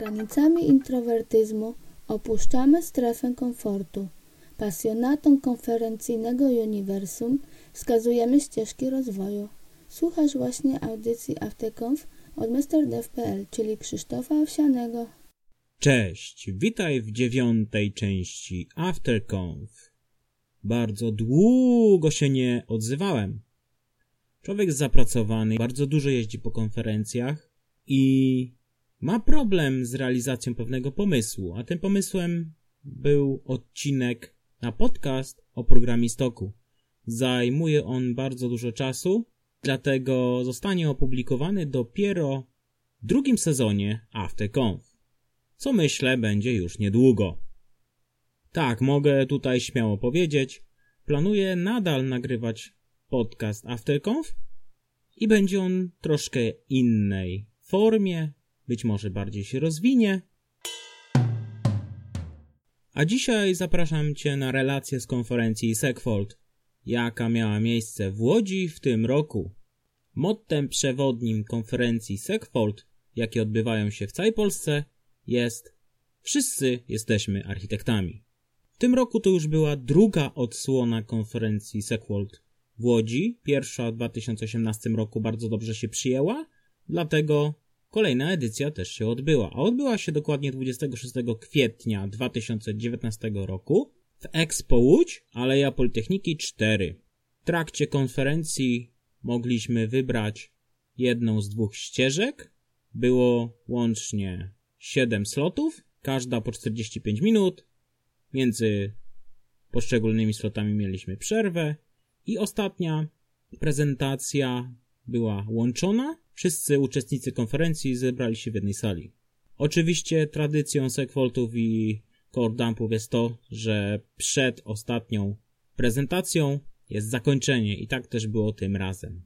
granicami introwertyzmu opuszczamy strefę komfortu. Pasjonatom konferencyjnego uniwersum wskazujemy ścieżki rozwoju. Słuchasz właśnie audycji AfterConf od MrDev.pl, czyli Krzysztofa Owsianego. Cześć, witaj w 9. części AfterConf. Bardzo długo się nie odzywałem. Człowiek zapracowany, bardzo dużo jeździ po konferencjach i ma problem z realizacją pewnego pomysłu, a tym pomysłem był odcinek na podcast o programistoku. Zajmuje on bardzo dużo czasu, dlatego zostanie opublikowany dopiero w drugim sezonie AfterConf, co myślę będzie już niedługo. Tak, mogę tutaj śmiało powiedzieć, planuję nadal nagrywać podcast AfterConf i będzie on troszkę innej formie, być może bardziej się rozwinie. A dzisiaj zapraszam Cię na relację z konferencji SegFold, jaka miała miejsce w Łodzi w tym roku. Mottem przewodnim konferencji SegFold, jakie odbywają się w całej Polsce, jest: wszyscy jesteśmy architektami. W tym roku to już była druga odsłona konferencji SegFold w Łodzi. Pierwsza w 2018 roku bardzo dobrze się przyjęła, dlatego kolejna edycja też się odbyła. A odbyła się dokładnie 26 kwietnia 2019 roku w Expo Łódź, Aleja Politechniki 4. W trakcie konferencji mogliśmy wybrać jedną z dwóch ścieżek. Było łącznie 7 slotów, każda po 45 minut. Między poszczególnymi slotami mieliśmy przerwę i ostatnia prezentacja była łączona. Wszyscy uczestnicy konferencji zebrali się w jednej sali. Oczywiście tradycją SegFoldów i Core Dumpów jest to, że przed ostatnią prezentacją jest zakończenie i tak też było tym razem.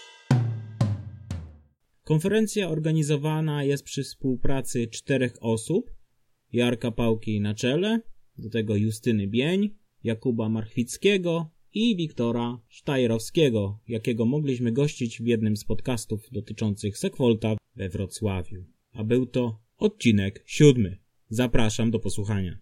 Konferencja organizowana jest przy współpracy 4 osób. Jarka Pałki na czele, do tego Justyny Bień, Jakuba Marchwickiego i Wiktora Sztajrowskiego, jakiego mogliśmy gościć w jednym z podcastów dotyczących SegFolda we Wrocławiu. A był to odcinek 7. Zapraszam do posłuchania.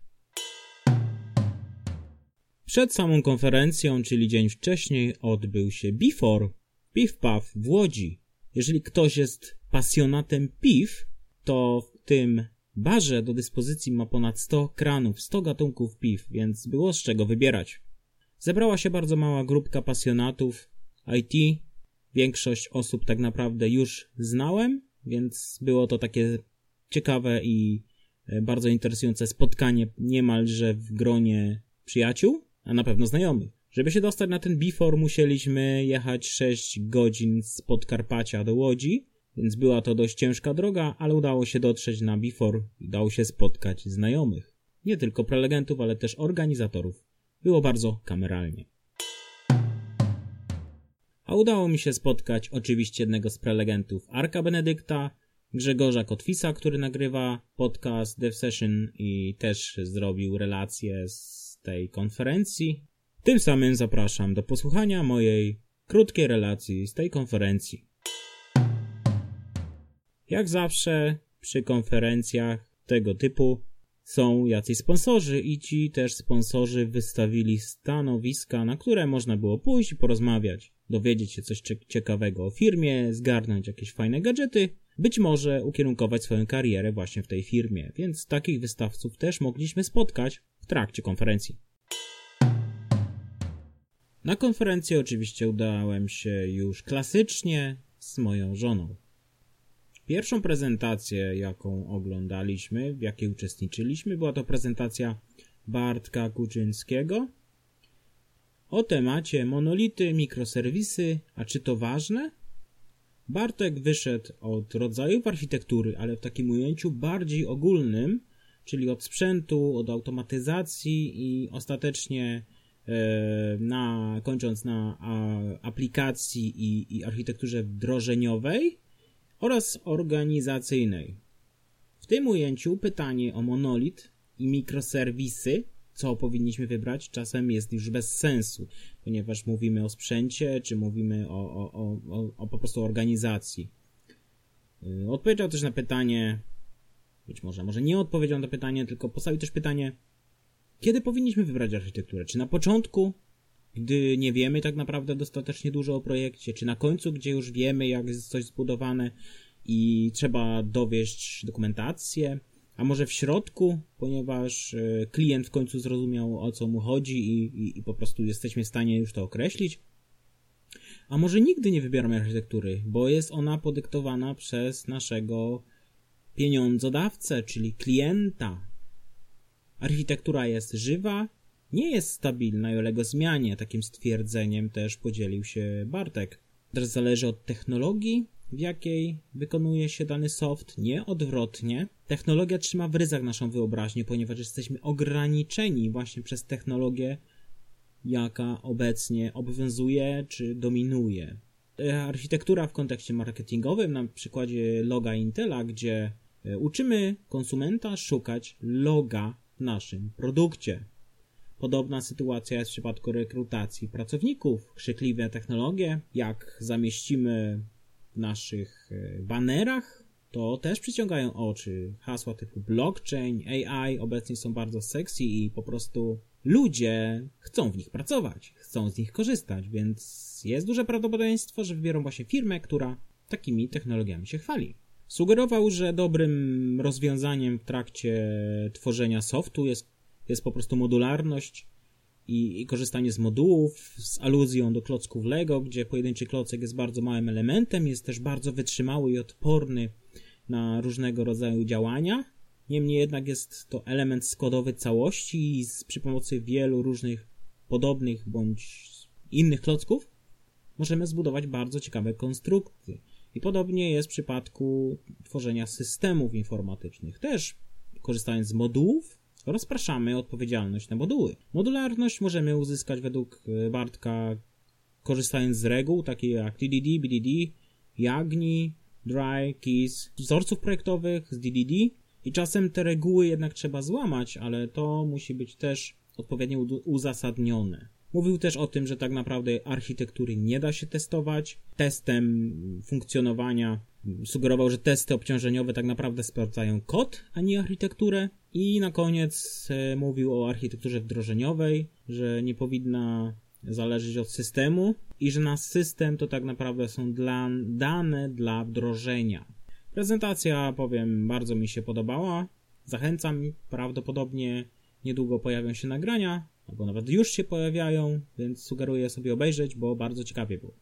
Przed samą konferencją, czyli dzień wcześniej, odbył się Before Piw Paw w Łodzi. Jeżeli ktoś jest pasjonatem piw, to w tym barze do dyspozycji ma ponad 100 kranów, 100 gatunków piw, więc było z czego wybierać. Zebrała się bardzo mała grupka pasjonatów IT. Większość osób tak naprawdę już znałem, więc było to takie ciekawe i bardzo interesujące spotkanie niemalże w gronie przyjaciół, a na pewno znajomych. Żeby się dostać na ten Before, musieliśmy jechać 6 godzin z Podkarpacia do Łodzi, więc była to dość ciężka droga, ale udało się dotrzeć na Before i udało się spotkać znajomych. Nie tylko prelegentów, ale też organizatorów. Było bardzo kameralnie. A udało mi się spotkać oczywiście jednego z prelegentów, Arka Benedykta, Grzegorza Kotwisa, który nagrywa podcast Dev Session i też zrobił relację z tej konferencji. Tym samym zapraszam do posłuchania mojej krótkiej relacji z tej konferencji. Jak zawsze przy konferencjach tego typu są jacyś sponsorzy i ci też sponsorzy wystawili stanowiska, na które można było pójść i porozmawiać, dowiedzieć się coś ciekawego o firmie, zgarnąć jakieś fajne gadżety, być może ukierunkować swoją karierę właśnie w tej firmie, więc takich wystawców też mogliśmy spotkać w trakcie konferencji. Na konferencję oczywiście udałem się już klasycznie z moją żoną. Pierwszą prezentację, jaką oglądaliśmy, w jakiej uczestniczyliśmy, była to prezentacja Bartka Kuczyńskiego o temacie monolity, mikroserwisy, a czy to ważne? Bartek wyszedł od rodzajów architektury, ale w takim ujęciu bardziej ogólnym, czyli od sprzętu, od automatyzacji i ostatecznie kończąc na aplikacji i architekturze wdrożeniowej oraz organizacyjnej. W tym ujęciu pytanie o monolit i mikroserwisy, co powinniśmy wybrać, czasem jest już bez sensu, ponieważ mówimy o sprzęcie, czy mówimy o po prostu organizacji. Odpowiedział też na pytanie być może nie odpowiedział na to pytanie, tylko postawił też pytanie, kiedy powinniśmy wybrać architekturę? Czy na początku, gdy nie wiemy tak naprawdę dostatecznie dużo o projekcie, czy na końcu, gdzie już wiemy, jak jest coś zbudowane i trzeba dowieść dokumentację, a może w środku, ponieważ klient w końcu zrozumiał, o co mu chodzi i po prostu jesteśmy w stanie już to określić. A może nigdy nie wybieramy architektury, bo jest ona podyktowana przez naszego pieniądzodawcę, czyli klienta. Architektura jest żywa, nie jest stabilna i ulega zmianie. Takim stwierdzeniem też podzielił się Bartek. Teraz zależy od technologii, w jakiej wykonuje się dany soft, nie odwrotnie. Technologia trzyma w ryzach naszą wyobraźnię, ponieważ jesteśmy ograniczeni właśnie przez technologię, jaka obecnie obowiązuje czy dominuje. Architektura w kontekście marketingowym, na przykładzie loga Intela, gdzie uczymy konsumenta szukać loga w naszym produkcie. Podobna sytuacja jest w przypadku rekrutacji pracowników. Krzykliwe technologie, jak zamieścimy w naszych banerach, to też przyciągają oczy. Hasła typu blockchain, AI obecnie są bardzo sexy i po prostu ludzie chcą w nich pracować, chcą z nich korzystać, więc jest duże prawdopodobieństwo, że wybiorą właśnie firmę, która takimi technologiami się chwali. Sugerował, że dobrym rozwiązaniem w trakcie tworzenia softu jest po prostu modularność i korzystanie z modułów z aluzją do klocków Lego, gdzie pojedynczy klocek jest bardzo małym elementem, jest też bardzo wytrzymały i odporny na różnego rodzaju działania. Niemniej jednak jest to element składowy całości i przy pomocy wielu różnych podobnych bądź innych klocków możemy zbudować bardzo ciekawe konstrukty. I podobnie jest w przypadku tworzenia systemów informatycznych. Też korzystając z modułów rozpraszamy odpowiedzialność na moduły. Modularność możemy uzyskać według Bartka korzystając z reguł takich jak TDD, BDD, Yagni, Dry, Keys, wzorców projektowych z DDD i czasem te reguły jednak trzeba złamać, ale to musi być też odpowiednio uzasadnione. Mówił też o tym, że tak naprawdę architektury nie da się testować. Testem funkcjonowania sugerował, że testy obciążeniowe tak naprawdę sprawdzają kod, a nie architekturę. I na koniec mówił o architekturze wdrożeniowej, że nie powinna zależeć od systemu i że nasz system to tak naprawdę są dane dla wdrożenia. Prezentacja, powiem, bardzo mi się podobała. Zachęcam, prawdopodobnie niedługo pojawią się nagrania, albo nawet już się pojawiają, więc sugeruję sobie obejrzeć, bo bardzo ciekawie było.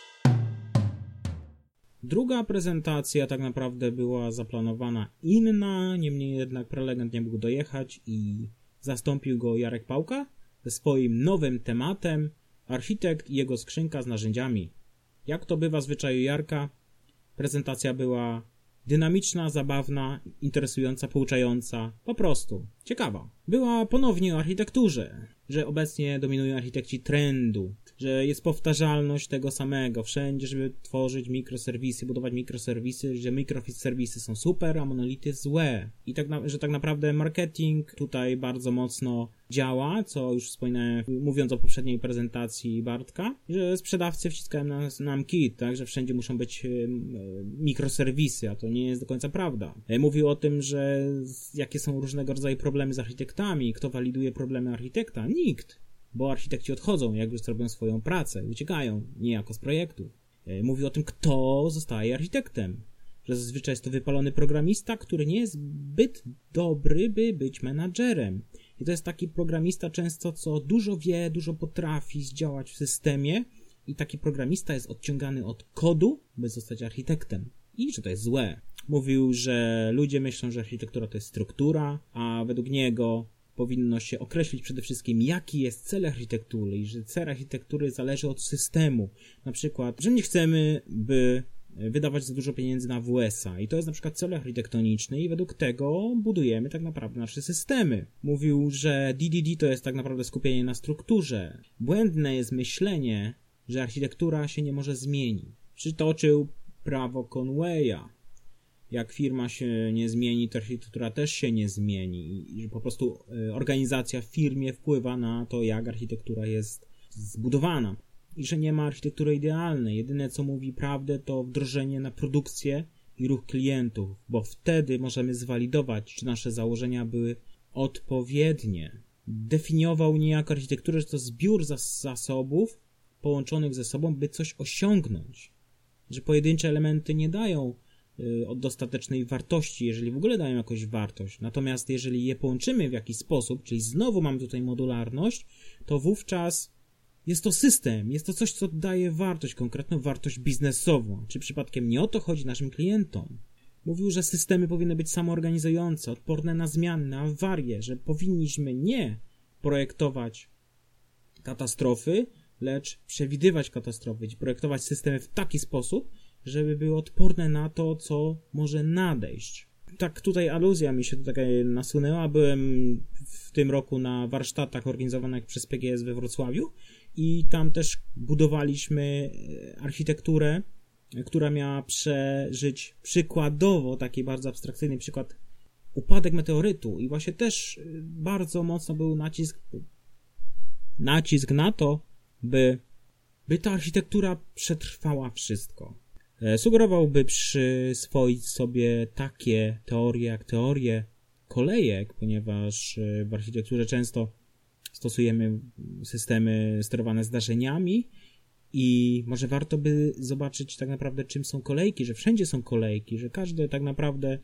Druga prezentacja tak naprawdę była zaplanowana inna, niemniej jednak prelegent nie mógł dojechać i zastąpił go Jarek Pałka ze swoim nowym tematem Architekt i jego skrzynka z narzędziami. Jak to bywa w zwyczaju Jarka, prezentacja była dynamiczna, zabawna, interesująca, pouczająca, po prostu ciekawa. Była ponownie o architekturze, że obecnie dominują architekci trendu, że jest powtarzalność tego samego wszędzie, żeby tworzyć mikroserwisy, budować mikroserwisy, że mikroserwisy są super, a monolity złe. I że tak naprawdę marketing tutaj bardzo mocno działa, co już wspominałem mówiąc o poprzedniej prezentacji Bartka, że sprzedawcy wciskają nam kit, tak, że wszędzie muszą być mikroserwisy, a to nie jest do końca prawda. Mówił o tym, że jakie są różnego rodzaju problemy z architektami, kto waliduje problemy architekta? Nikt, bo architekci odchodzą, jak już zrobią swoją pracę, uciekają, niejako z projektu. Mówił o tym, kto zostaje architektem, że zazwyczaj jest to wypalony programista, który nie jest zbyt dobry, by być menadżerem. I to jest taki programista często, co dużo wie, dużo potrafi zdziałać w systemie i taki programista jest odciągany od kodu, by zostać architektem. I że to jest złe. Mówił, że ludzie myślą, że architektura to jest struktura, a według niego powinno się określić przede wszystkim, jaki jest cel architektury i że cel architektury zależy od systemu. Na przykład, że nie chcemy, by wydawać za dużo pieniędzy na WS-a i to jest na przykład cel architektoniczny i według tego budujemy tak naprawdę nasze systemy. Mówił, że DDD to jest tak naprawdę skupienie na strukturze. Błędne jest myślenie, że architektura się nie może zmienić. Przytoczył prawo Conwaya. Jak firma się nie zmieni, to architektura też się nie zmieni i że po prostu organizacja w firmie wpływa na to, jak architektura jest zbudowana. I że nie ma architektury idealnej. Jedyne, co mówi prawdę, to wdrożenie na produkcję i ruch klientów, bo wtedy możemy zwalidować, czy nasze założenia były odpowiednie. Definiował niejako architekturę, że to zbiór zasobów połączonych ze sobą, by coś osiągnąć. Że pojedyncze elementy nie dają dostatecznej wartości, jeżeli w ogóle dają jakąś wartość. Natomiast jeżeli je połączymy w jakiś sposób, czyli znowu mamy tutaj modularność, to wówczas jest to system, jest to coś, co daje wartość, konkretną wartość biznesową. Czy przypadkiem nie o to chodzi naszym klientom? Mówił, że systemy powinny być samoorganizujące, odporne na zmiany, na awarie, że powinniśmy nie projektować katastrofy, lecz przewidywać katastrofy, projektować systemy w taki sposób, żeby były odporne na to, co może nadejść. Tak tutaj aluzja mi się tutaj nasunęła. Byłem w tym roku na warsztatach organizowanych przez PGS we Wrocławiu i tam też budowaliśmy architekturę, która miała przeżyć przykładowo, taki bardzo abstrakcyjny przykład, upadek meteorytu i właśnie też bardzo mocno był nacisk na to, by ta architektura przetrwała wszystko. Sugerowałby przyswoić sobie takie teorie jak teorie kolejek, ponieważ w architekturze często stosujemy systemy sterowane zdarzeniami i może warto by zobaczyć tak naprawdę, czym są kolejki, że wszędzie są kolejki, że każde tak naprawdę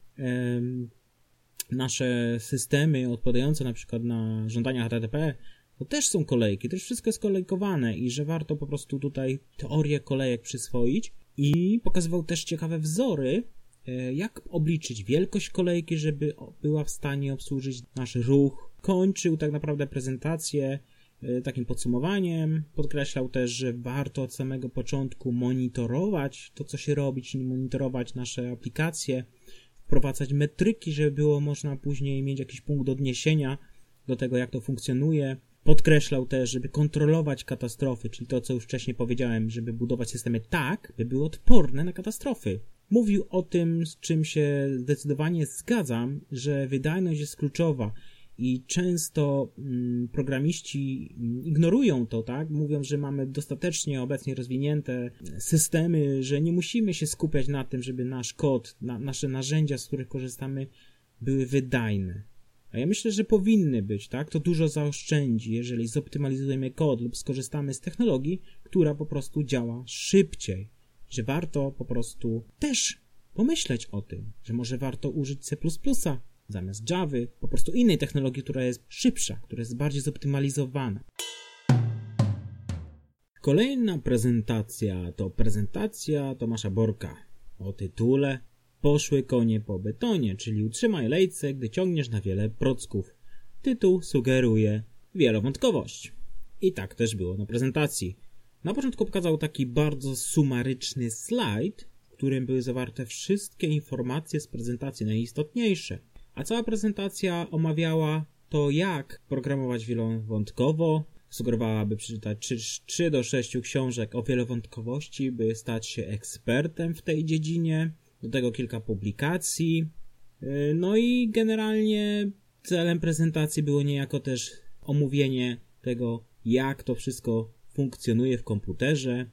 nasze systemy odpowiadające na przykład na żądania HTTP to też są kolejki, też wszystko jest kolejkowane i że warto po prostu tutaj teorię kolejek przyswoić. I pokazywał też ciekawe wzory, jak obliczyć wielkość kolejki, żeby była w stanie obsłużyć nasz ruch. Kończył tak naprawdę prezentację takim podsumowaniem. Podkreślał też, że warto od samego początku monitorować to, co się robi, czyli monitorować nasze aplikacje, wprowadzać metryki, żeby było można później mieć jakiś punkt odniesienia do tego, jak to funkcjonuje. Podkreślał też, żeby kontrolować katastrofy, czyli to, co już wcześniej powiedziałem, żeby budować systemy tak, by były odporne na katastrofy. Mówił o tym, z czym się zdecydowanie zgadzam, że wydajność jest kluczowa i często programiści ignorują to, tak? Mówią, że mamy dostatecznie obecnie rozwinięte systemy, że nie musimy się skupiać na tym, żeby nasz kod, nasze narzędzia, z których korzystamy, były wydajne. A ja myślę, że powinny być, tak? To dużo zaoszczędzi, jeżeli zoptymalizujemy kod lub skorzystamy z technologii, która po prostu działa szybciej. Że warto po prostu też pomyśleć o tym, że może warto użyć C++ zamiast Javy, po prostu innej technologii, która jest szybsza, która jest bardziej zoptymalizowana. Kolejna prezentacja Tomasza Borka o tytule Poszły konie po betonie, czyli utrzymaj lejce, gdy ciągniesz na wiele procków. Tytuł sugeruje wielowątkowość. I tak też było na prezentacji. Na początku pokazał taki bardzo sumaryczny slajd, w którym były zawarte wszystkie informacje z prezentacji najistotniejsze. A cała prezentacja omawiała to, jak programować wielowątkowo. Sugerowałaby przeczytać 3 do 6 książek o wielowątkowości, by stać się ekspertem w tej dziedzinie. Do tego kilka publikacji. No i generalnie celem prezentacji było niejako też omówienie tego, jak to wszystko funkcjonuje w komputerze,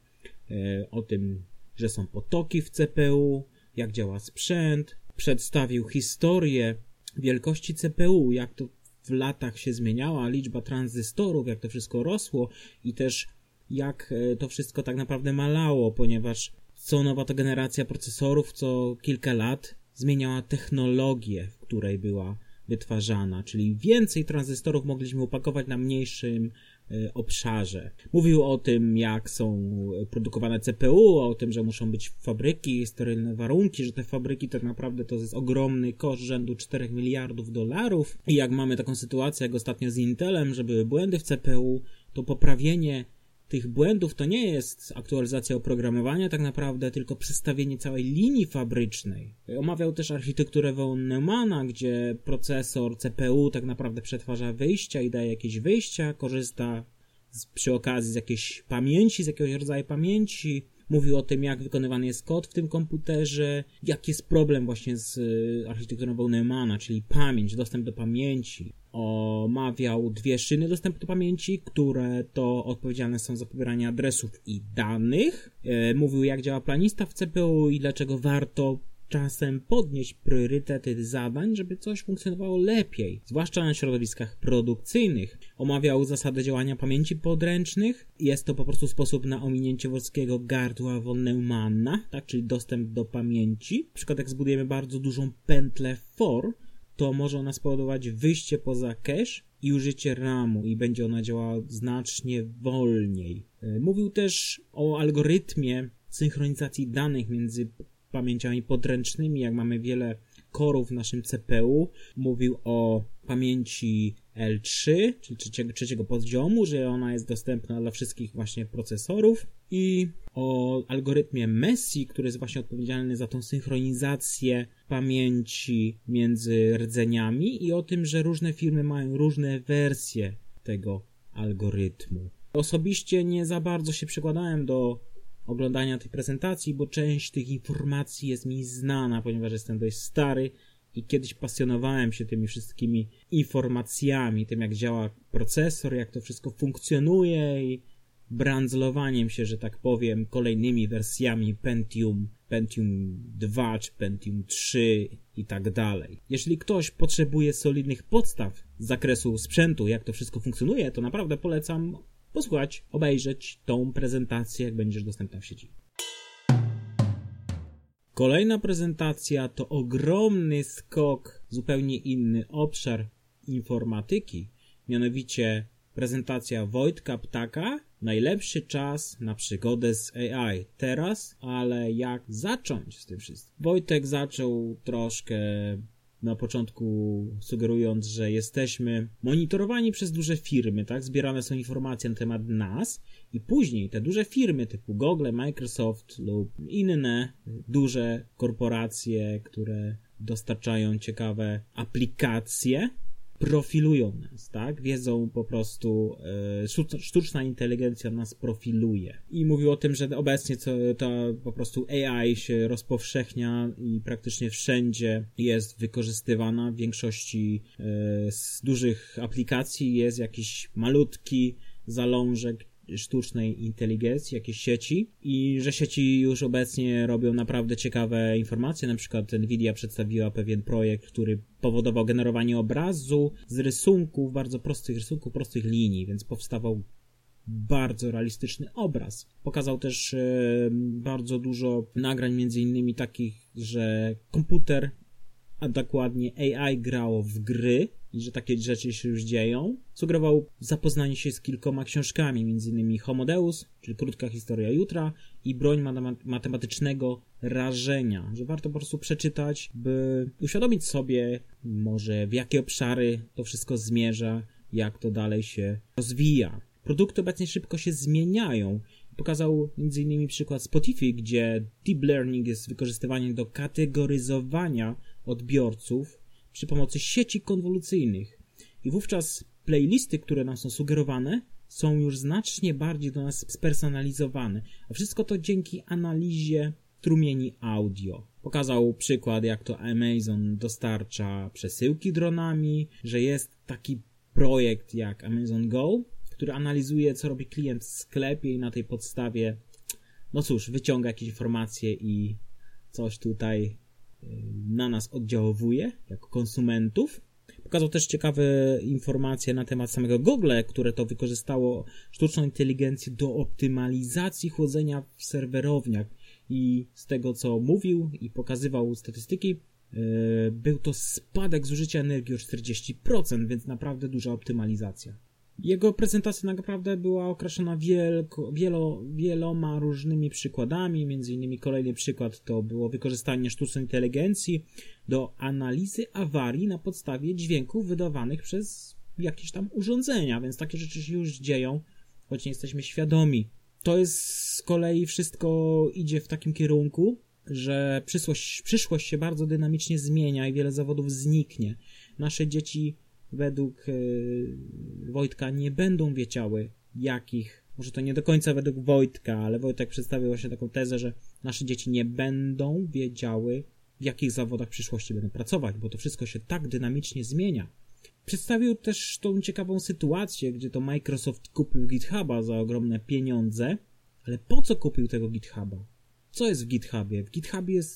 o tym, że są potoki w CPU, jak działa sprzęt. Przedstawił historię wielkości CPU, jak to w latach się zmieniała liczba tranzystorów, jak to wszystko rosło i też jak to wszystko tak naprawdę malało, ponieważ co nowa to generacja procesorów co kilka lat zmieniała technologię, w której była wytwarzana, czyli więcej tranzystorów mogliśmy upakować na mniejszym obszarze. Mówił o tym, jak są produkowane CPU, o tym, że muszą być fabryki, sterylne warunki, że te fabryki tak naprawdę to jest ogromny koszt rzędu 4 miliardów dolarów i jak mamy taką sytuację jak ostatnio z Intelem, że były błędy w CPU, to poprawienie tych błędów to nie jest aktualizacja oprogramowania tak naprawdę, tylko przestawienie całej linii fabrycznej. Omawiał też architekturę von Neumana, gdzie procesor CPU tak naprawdę przetwarza wyjścia i daje jakieś wyjścia, korzysta przy okazji z jakiejś pamięci, z jakiegoś rodzaju pamięci. Mówił o tym, jak wykonywany jest kod w tym komputerze, jaki jest problem właśnie z architekturą von Neumana, czyli pamięć, dostęp do pamięci. Omawiał 2 szyny dostępu do pamięci, które to odpowiedzialne są za pobieranie adresów i danych. Mówił, jak działa planista w CPU i dlaczego warto czasem podnieść priorytety zadań, żeby coś funkcjonowało lepiej, zwłaszcza na środowiskach produkcyjnych. Omawiał zasady działania pamięci podręcznych. Jest to po prostu sposób na ominięcie wąskiego gardła von Neumanna, tak, czyli dostęp do pamięci. Na przykład jak zbudujemy bardzo dużą pętlę for, to może ona spowodować wyjście poza cache i użycie RAM-u i będzie ona działała znacznie wolniej. Mówił też o algorytmie synchronizacji danych między pamięciami podręcznymi, jak mamy wiele korów w naszym CPU. Mówił o pamięci L3, czyli trzeciego poziomu, że ona jest dostępna dla wszystkich właśnie procesorów, i o algorytmie Messi, który jest właśnie odpowiedzialny za tą synchronizację pamięci między rdzeniami, i o tym, że różne firmy mają różne wersje tego algorytmu. Osobiście nie za bardzo się przykładałem do oglądania tej prezentacji, bo część tych informacji jest mi znana, ponieważ jestem dość stary i kiedyś pasjonowałem się tymi wszystkimi informacjami, tym jak działa procesor, jak to wszystko funkcjonuje i brandzlowaniem się, że tak powiem, kolejnymi wersjami Pentium 2 czy Pentium 3 i tak dalej. Jeżeli ktoś potrzebuje solidnych podstaw z zakresu sprzętu, jak to wszystko funkcjonuje, to naprawdę polecam posłuchać, obejrzeć tą prezentację, jak będziesz dostępna w sieci. Kolejna prezentacja to ogromny skok, zupełnie inny obszar informatyki, mianowicie prezentacja Wojtka Ptaka, najlepszy czas na przygodę z AI. Teraz, ale jak zacząć z tym wszystkim? Wojtek zaczął troszkę na początku sugerując, że jesteśmy monitorowani przez duże firmy, tak? Zbierane są informacje na temat nas i później te duże firmy typu Google, Microsoft lub inne duże korporacje, które dostarczają ciekawe aplikacje, profilują nas, tak? Wiedzą po prostu, sztuczna inteligencja nas profiluje. I mówił o tym, że obecnie to po prostu AI się rozpowszechnia i praktycznie wszędzie jest wykorzystywana. W większości z dużych aplikacji jest jakiś malutki zalążek sztucznej inteligencji, jakieś sieci, i że sieci już obecnie robią naprawdę ciekawe informacje. Na przykład Nvidia przedstawiła pewien projekt, który powodował generowanie obrazu z rysunków, bardzo prostych rysunków, prostych linii, więc powstawał bardzo realistyczny obraz. Pokazał też bardzo dużo nagrań, między innymi takich, że komputer, a dokładnie AI grało w gry i że takie rzeczy się już dzieją. Sugerował zapoznanie się z kilkoma książkami, m.in. Homo Deus, czyli Krótka historia jutra, i Broń matematycznego rażenia, że warto po prostu przeczytać, by uświadomić sobie może w jakie obszary to wszystko zmierza, jak to dalej się rozwija. Produkty obecnie szybko się zmieniają. Pokazał m.in. przykład Spotify, gdzie deep learning jest wykorzystywany do kategoryzowania odbiorców przy pomocy sieci konwolucyjnych. I wówczas playlisty, które nam są sugerowane, są już znacznie bardziej do nas spersonalizowane. A wszystko to dzięki analizie strumieni audio. Pokazał przykład, jak to Amazon dostarcza przesyłki dronami, że jest taki projekt jak Amazon Go, który analizuje, co robi klient w sklepie i na tej podstawie, no cóż, wyciąga jakieś informacje i coś tutaj na nas oddziałuje jako konsumentów. Pokazał też ciekawe informacje na temat samego Google, które to wykorzystało sztuczną inteligencję do optymalizacji chłodzenia w serwerowniach, i z tego, co mówił i pokazywał statystyki, był to spadek zużycia energii o 40%, więc naprawdę duża optymalizacja. Jego prezentacja naprawdę była okraszona wieloma różnymi przykładami, między innymi kolejny przykład to było wykorzystanie sztucznej inteligencji do analizy awarii na podstawie dźwięków wydawanych przez jakieś tam urządzenia, więc takie rzeczy się już dzieją, choć nie jesteśmy świadomi. To jest z kolei wszystko idzie w takim kierunku, że przyszłość się bardzo dynamicznie zmienia i wiele zawodów zniknie. Nasze dzieci według Wojtka nie będą wiedziały jakich, może to nie do końca według Wojtka, ale Wojtek przedstawił właśnie taką tezę, że nasze dzieci nie będą wiedziały, w jakich zawodach w przyszłości będą pracować, bo to wszystko się tak dynamicznie zmienia. Przedstawił też tą ciekawą sytuację, gdzie to Microsoft kupił GitHuba za ogromne pieniądze, ale po co kupił tego GitHuba? Co jest w GitHubie? W GitHubie jest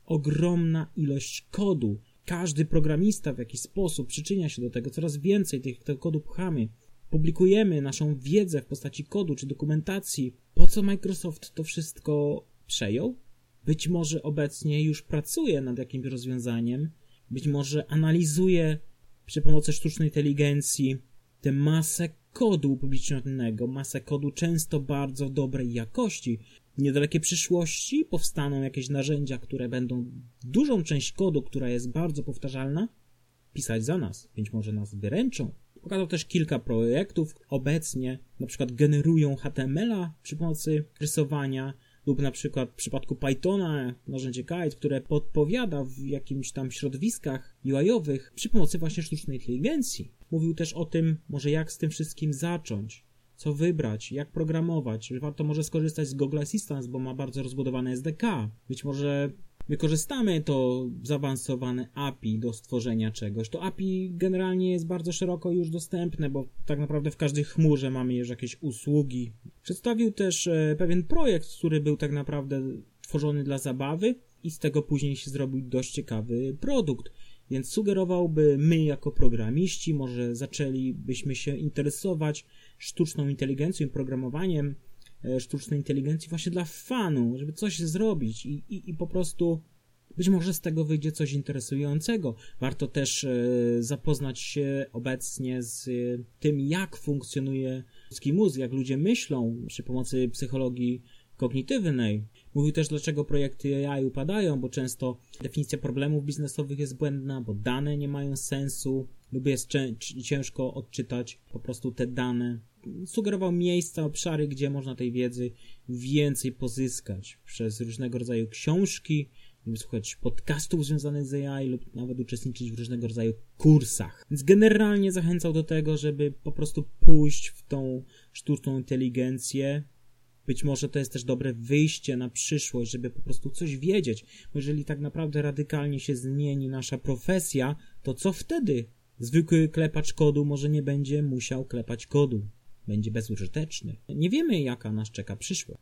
ogromna ilość kodu. Każdy programista w jakiś sposób przyczynia się do tego, coraz więcej tego kodu pchamy. Publikujemy naszą wiedzę w postaci kodu czy dokumentacji. Po co Microsoft to wszystko przejął? Być może obecnie już pracuje nad jakimś rozwiązaniem, być może analizuje przy pomocy sztucznej inteligencji tę masę kodu upublicznionego, masę kodu często bardzo dobrej jakości. W niedalekiej przyszłości powstaną jakieś narzędzia, które będą dużą część kodu, która jest bardzo powtarzalna, pisać za nas. Być może nas wyręczą. Pokazał też kilka projektów. Obecnie na przykład generują HTML-a przy pomocy rysowania lub na przykład w przypadku Pythona narzędzie Kite, które podpowiada w jakimś tam środowiskach UI-owych przy pomocy właśnie sztucznej inteligencji. Mówił też o tym, może jak z tym wszystkim zacząć, co wybrać, jak programować, że warto może skorzystać z Google Assistant, bo ma bardzo rozbudowane SDK. Być może wykorzystamy to zaawansowane API do stworzenia czegoś. To API generalnie jest bardzo szeroko już dostępne, bo tak naprawdę w każdej chmurze mamy już jakieś usługi. Przedstawił też pewien projekt, który był tak naprawdę tworzony dla zabawy i z tego później się zrobił dość ciekawy produkt. Więc sugerowałby, my jako programiści może zaczęlibyśmy się interesować sztuczną inteligencją i programowaniem sztucznej inteligencji właśnie dla fanu, żeby coś zrobić i po prostu być może z tego wyjdzie coś interesującego. Warto też zapoznać się obecnie z tym, jak funkcjonuje ludzki mózg, jak ludzie myślą przy pomocy psychologii kognitywnej. Mówił też, dlaczego projekty AI upadają, bo często definicja problemów biznesowych jest błędna, bo dane nie mają sensu lub jest ciężko odczytać po prostu te dane. Sugerował miejsca, obszary, gdzie można tej wiedzy więcej pozyskać przez różnego rodzaju książki, słuchać podcastów związanych z AI lub nawet uczestniczyć w różnego rodzaju kursach. Więc generalnie zachęcał do tego, żeby po prostu pójść w tą sztuczną inteligencję. Być może to jest też dobre wyjście na przyszłość, żeby po prostu coś wiedzieć. Bo jeżeli tak naprawdę radykalnie się zmieni nasza profesja, to co wtedy? Zwykły klepacz kodu może nie będzie musiał klepać kodu. Będzie bezużyteczny. Nie wiemy, jaka nas czeka przyszłość.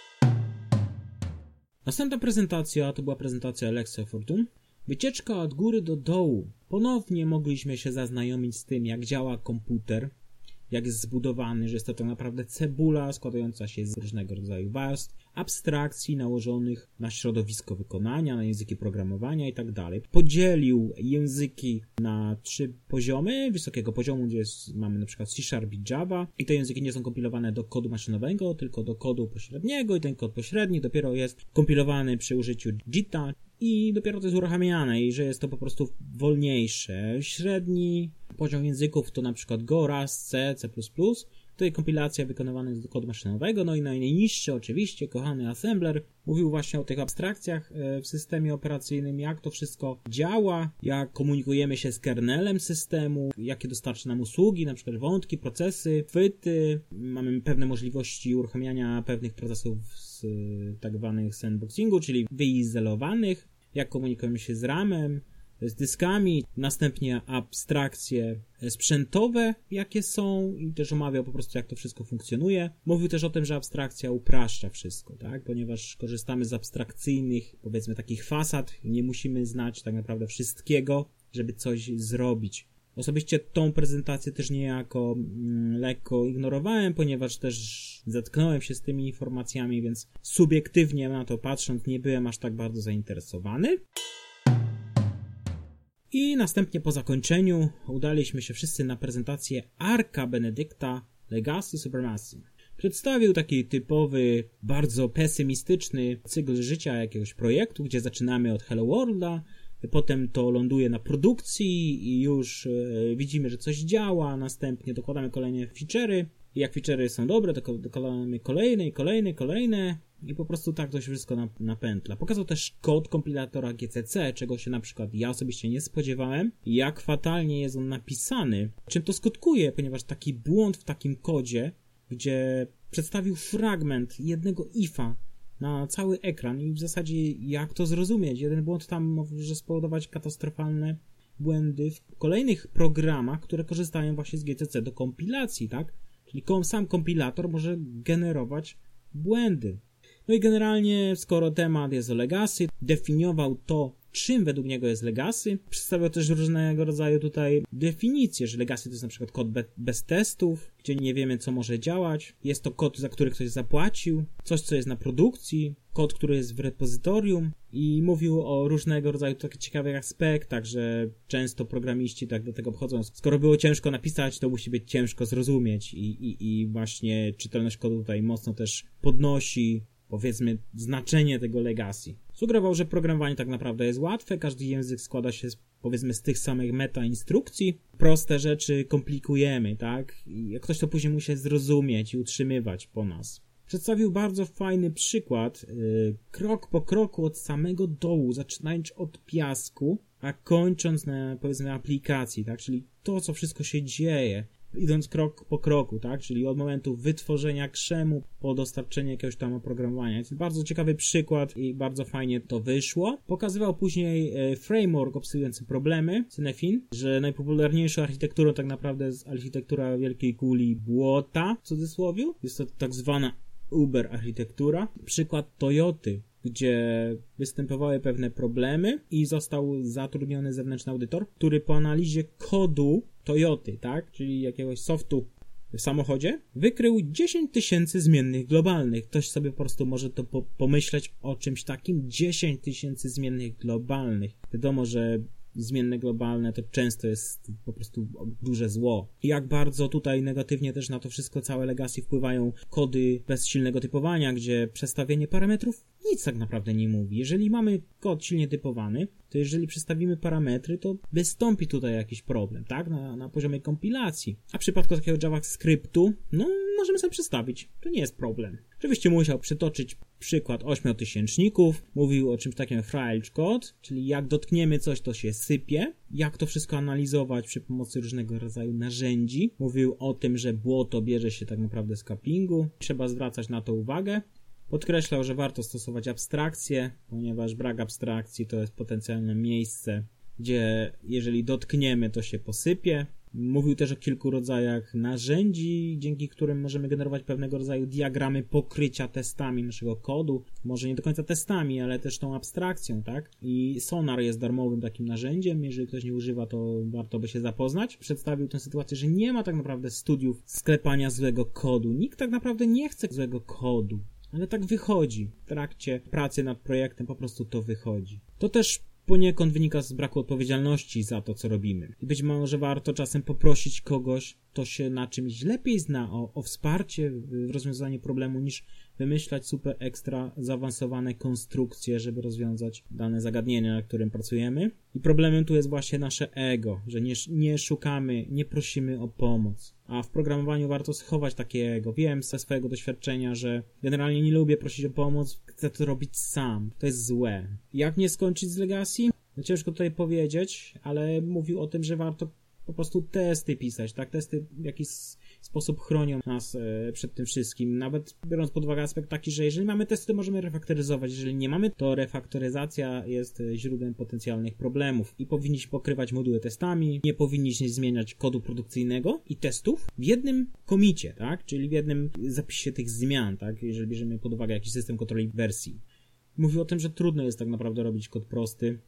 Następna prezentacja to była prezentacja Lexia Fortune. Wycieczka od góry do dołu. Ponownie mogliśmy się zaznajomić z tym, jak działa komputer, jak jest zbudowany, że jest to tak naprawdę cebula składająca się z różnego rodzaju warstw, abstrakcji nałożonych na środowisko wykonania, na języki programowania itd. Podzielił języki na 3 poziomy. Wysokiego poziomu, gdzie mamy na przykład C# i Java i te języki nie są kompilowane do kodu maszynowego, tylko do kodu pośredniego i ten kod pośredni dopiero jest kompilowany przy użyciu JIT-a i dopiero to jest uruchamiane i że jest to po prostu wolniejsze. Średni poziom języków to na przykład Go, Rust, C, C++. Tutaj kompilacja wykonywana jest do kodu maszynowego, no i najniższy oczywiście, kochany assembler, mówił właśnie o tych abstrakcjach w systemie operacyjnym, jak to wszystko działa, jak komunikujemy się z kernelem systemu, jakie dostarcza nam usługi, na przykład wątki, procesy, chwyty, mamy pewne możliwości uruchamiania pewnych procesów z tak zwanych sandboxingu, czyli wyizolowanych, jak komunikujemy się z RAM-em, z dyskami, następnie abstrakcje sprzętowe, jakie są i też omawiał po prostu, jak to wszystko funkcjonuje. Mówił też o tym, że abstrakcja upraszcza wszystko, tak? Ponieważ korzystamy z abstrakcyjnych, powiedzmy takich fasad, nie musimy znać tak naprawdę wszystkiego, żeby coś zrobić. Osobiście tą prezentację też niejako lekko ignorowałem, ponieważ też zetknąłem się z tymi informacjami, więc subiektywnie na to patrząc nie byłem aż tak bardzo zainteresowany. I następnie po zakończeniu udaliśmy się wszyscy na prezentację Arca Benedicta Legacy Supremacy. Przedstawił taki typowy, bardzo pesymistyczny cykl życia jakiegoś projektu, gdzie zaczynamy od Hello Worlda, potem to ląduje na produkcji i już widzimy, że coś działa, następnie dokładamy kolejne feature'y i jak feature'y są dobre, to dokładamy kolejne i po prostu tak to się wszystko napętla. Pokazał też kod kompilatora GCC, czego się na przykład ja osobiście nie spodziewałem, jak fatalnie jest on napisany, czym to skutkuje, ponieważ taki błąd w takim kodzie, gdzie przedstawił fragment jednego ifa na cały ekran i w zasadzie jak to zrozumieć? Jeden błąd tam może spowodować katastrofalne błędy w kolejnych programach, które korzystają właśnie z GCC do kompilacji, tak? Czyli sam kompilator może generować błędy. No i generalnie, skoro temat jest o legacy, definiował to, czym według niego jest legacy. Przedstawiał też różnego rodzaju tutaj definicje, że legacy to jest na przykład kod bez testów, gdzie nie wiemy, co może działać. Jest to kod, za który ktoś zapłacił, coś, co jest na produkcji, kod, który jest w repozytorium i mówił o różnego rodzaju takich ciekawych aspektach, że często programiści tak do tego podchodzą. Skoro było ciężko napisać, to musi być ciężko zrozumieć i właśnie czytelność kodu tutaj mocno też podnosi, powiedzmy, znaczenie tego legacy. Sugerował, że programowanie tak naprawdę jest łatwe, każdy język składa się powiedzmy z tych samych meta-instrukcji. Proste rzeczy komplikujemy, tak? I ktoś to później musi zrozumieć i utrzymywać po nas. Przedstawił bardzo fajny przykład, krok po kroku od samego dołu, zaczynając od piasku, a kończąc na, powiedzmy, aplikacji, tak? Czyli to, co wszystko się dzieje, idąc krok po kroku, tak? Czyli od momentu wytworzenia krzemu po dostarczenie jakiegoś tam oprogramowania. Jest bardzo ciekawy przykład i bardzo fajnie to wyszło. Pokazywał później framework opisujący problemy, Cynefin, że najpopularniejszą architekturą tak naprawdę jest architektura wielkiej kuli błota, w cudzysłowie. Jest to tak zwana Uber architektura. Przykład Toyoty, gdzie występowały pewne problemy i został zatrudniony zewnętrzny audytor, który po analizie kodu Toyoty, tak, czyli jakiegoś softu w samochodzie, wykrył 10 000 zmiennych globalnych. Ktoś sobie po prostu może to pomyśleć o czymś takim. 10 000 zmiennych globalnych. Wiadomo, że zmienne globalne to często jest po prostu duże zło. I jak bardzo tutaj negatywnie też na to wszystko całe legacy wpływają kody bez silnego typowania, gdzie przestawienie parametrów nic tak naprawdę nie mówi. Jeżeli mamy kod silnie typowany, to jeżeli przestawimy parametry, to wystąpi tutaj jakiś problem, tak? Na poziomie kompilacji. A w przypadku takiego JavaScriptu, no możemy sobie przestawić. To nie jest problem. Oczywiście musiał przytoczyć przykład 8-tysięczników. Mówił o czymś takim jak Frailch Code, czyli jak dotkniemy coś, to się sypie. Jak to wszystko analizować przy pomocy różnego rodzaju narzędzi. Mówił o tym, że błoto bierze się tak naprawdę z cuppingu. Trzeba zwracać na to uwagę. Podkreślał, że warto stosować abstrakcję, ponieważ brak abstrakcji to jest potencjalne miejsce, gdzie jeżeli dotkniemy, to się posypie. Mówił też o kilku rodzajach narzędzi, dzięki którym możemy generować pewnego rodzaju diagramy pokrycia testami naszego kodu. Może nie do końca testami, ale też tą abstrakcją, tak? I Sonar jest darmowym takim narzędziem. Jeżeli ktoś nie używa, to warto by się zapoznać. Przedstawił tę sytuację, że nie ma tak naprawdę studiów sklepania złego kodu. Nikt tak naprawdę nie chce złego kodu. Ale tak wychodzi. W trakcie pracy nad projektem po prostu to wychodzi. To też poniekąd wynika z braku odpowiedzialności za to, co robimy. I być może warto czasem poprosić kogoś, kto się na czymś lepiej zna, o wsparcie w rozwiązaniu problemu, niż wymyślać super ekstra zaawansowane konstrukcje, żeby rozwiązać dane zagadnienie, nad którym pracujemy. I problemem tu jest właśnie nasze ego, że nie szukamy, nie prosimy o pomoc. A w programowaniu warto schować takie ego. Wiem ze swojego doświadczenia, że generalnie nie lubię prosić o pomoc, chcę to robić sam. To jest złe. Jak nie skończyć z legacy? No ciężko tutaj powiedzieć, ale mówił o tym, że warto po prostu testy pisać, tak? Testy w jakiś sposób chronią nas przed tym wszystkim. Nawet biorąc pod uwagę aspekt taki, że jeżeli mamy testy, to możemy refaktoryzować. Jeżeli nie mamy, to refaktoryzacja jest źródłem potencjalnych problemów i powinniśmy pokrywać moduły testami, nie powinniśmy zmieniać kodu produkcyjnego i testów w jednym komicie, tak? Czyli w jednym zapisie tych zmian, tak? Jeżeli bierzemy pod uwagę jakiś system kontroli wersji. Mówił o tym, że trudno jest tak naprawdę robić kod prosty,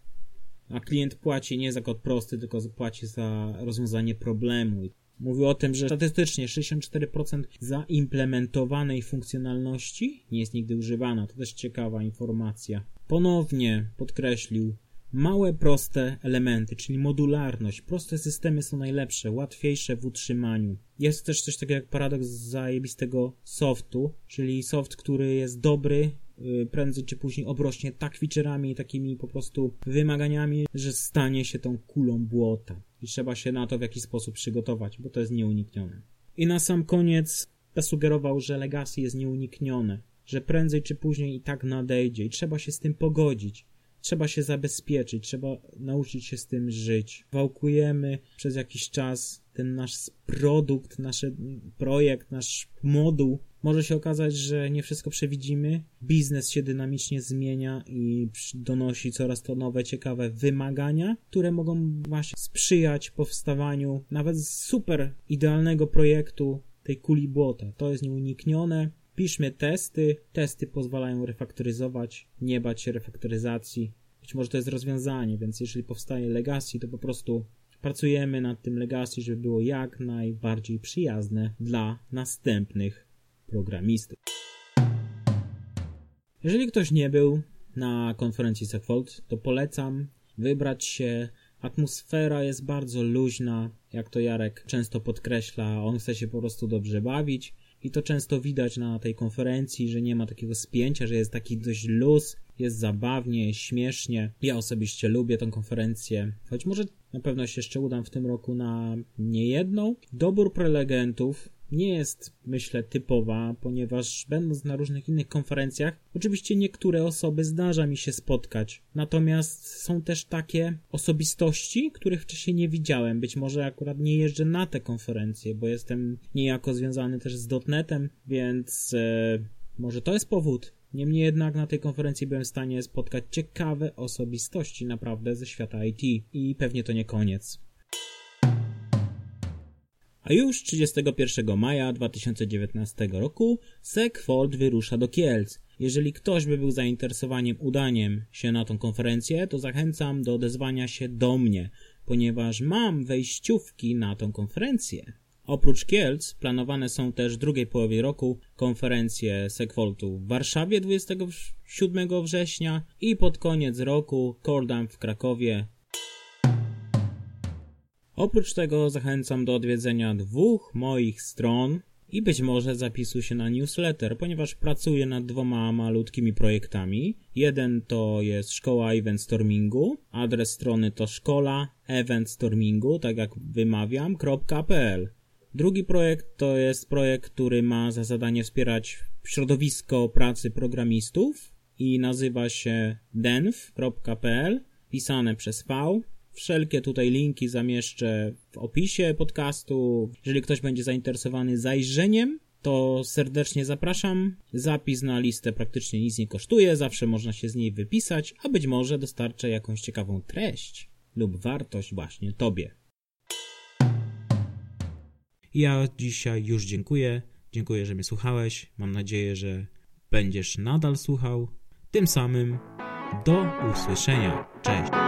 a klient płaci nie za kod prosty, tylko płaci za rozwiązanie problemu. Mówił o tym, że statystycznie 64% zaimplementowanej funkcjonalności nie jest nigdy używana. To też ciekawa informacja. Ponownie podkreślił małe, proste elementy, czyli modularność. Proste systemy są najlepsze, łatwiejsze w utrzymaniu. Jest też coś takiego jak paradoks zajebistego softu, czyli soft, który jest dobry, prędzej czy później obrośnie tak feature'ami i takimi po prostu wymaganiami, że stanie się tą kulą błota. I trzeba się na to w jakiś sposób przygotować, bo to jest nieuniknione. I na sam koniec zasugerował, że legacy jest nieuniknione, że prędzej czy później i tak nadejdzie i trzeba się z tym pogodzić. Trzeba się zabezpieczyć, trzeba nauczyć się z tym żyć. Wałkujemy przez jakiś czas ten nasz produkt, nasz projekt, nasz moduł. Może się okazać, że nie wszystko przewidzimy. Biznes się dynamicznie zmienia i donosi coraz to nowe, ciekawe wymagania, które mogą właśnie sprzyjać powstawaniu nawet super idealnego projektu tej kuli błota. To jest nieuniknione. Piszmy testy. Testy pozwalają refaktoryzować, nie bać się refaktoryzacji. Być może to jest rozwiązanie, więc jeżeli powstaje legacy, to po prostu pracujemy nad tym legacy, żeby było jak najbardziej przyjazne dla następnych programistów. Jeżeli ktoś nie był na konferencji SecFold, to polecam wybrać się. Atmosfera jest bardzo luźna, jak to Jarek często podkreśla, on chce się po prostu dobrze bawić i to często widać na tej konferencji, że nie ma takiego spięcia, że jest taki dość luz, jest zabawnie, śmiesznie. Ja osobiście lubię tę konferencję, choć może na pewno się jeszcze udam w tym roku na niejedną. Dobór prelegentów nie jest, myślę, typowa, ponieważ będąc na różnych innych konferencjach, oczywiście niektóre osoby zdarza mi się spotkać. Natomiast są też takie osobistości, których wcześniej nie widziałem. Być może akurat nie jeżdżę na te konferencje, bo jestem niejako związany też z .NET-em, więc może to jest powód. Niemniej jednak na tej konferencji byłem w stanie spotkać ciekawe osobistości naprawdę ze świata IT i pewnie to nie koniec. A już 31 maja 2019 roku SecFold wyrusza do Kielc. Jeżeli ktoś by był zainteresowaniem udaniem się na tą konferencję, to zachęcam do odezwania się do mnie, ponieważ mam wejściówki na tą konferencję. Oprócz Kielc planowane są też w drugiej połowie roku konferencje SecFoldu w Warszawie 27 września i pod koniec roku CoreDAM w Krakowie. Oprócz tego zachęcam do odwiedzenia 2 moich stron i być może zapisu się na newsletter, ponieważ pracuję nad 2 malutkimi projektami. Jeden to jest Szkoła Eventstormingu, adres strony to szkola eventstormingu, tak jak wymawiam, .pl. Drugi projekt to jest projekt, który ma za zadanie wspierać środowisko pracy programistów i nazywa się denv.pl, pisane przez V. Wszelkie tutaj linki zamieszczę w opisie podcastu. Jeżeli ktoś będzie zainteresowany zajrzeniem, to serdecznie zapraszam. Zapis na listę praktycznie nic nie kosztuje, zawsze można się z niej wypisać, a być może dostarczę jakąś ciekawą treść lub wartość właśnie Tobie. Ja dzisiaj już dziękuję. Dziękuję, że mnie słuchałeś. Mam nadzieję, że będziesz nadal słuchał. Tym samym do usłyszenia. Cześć.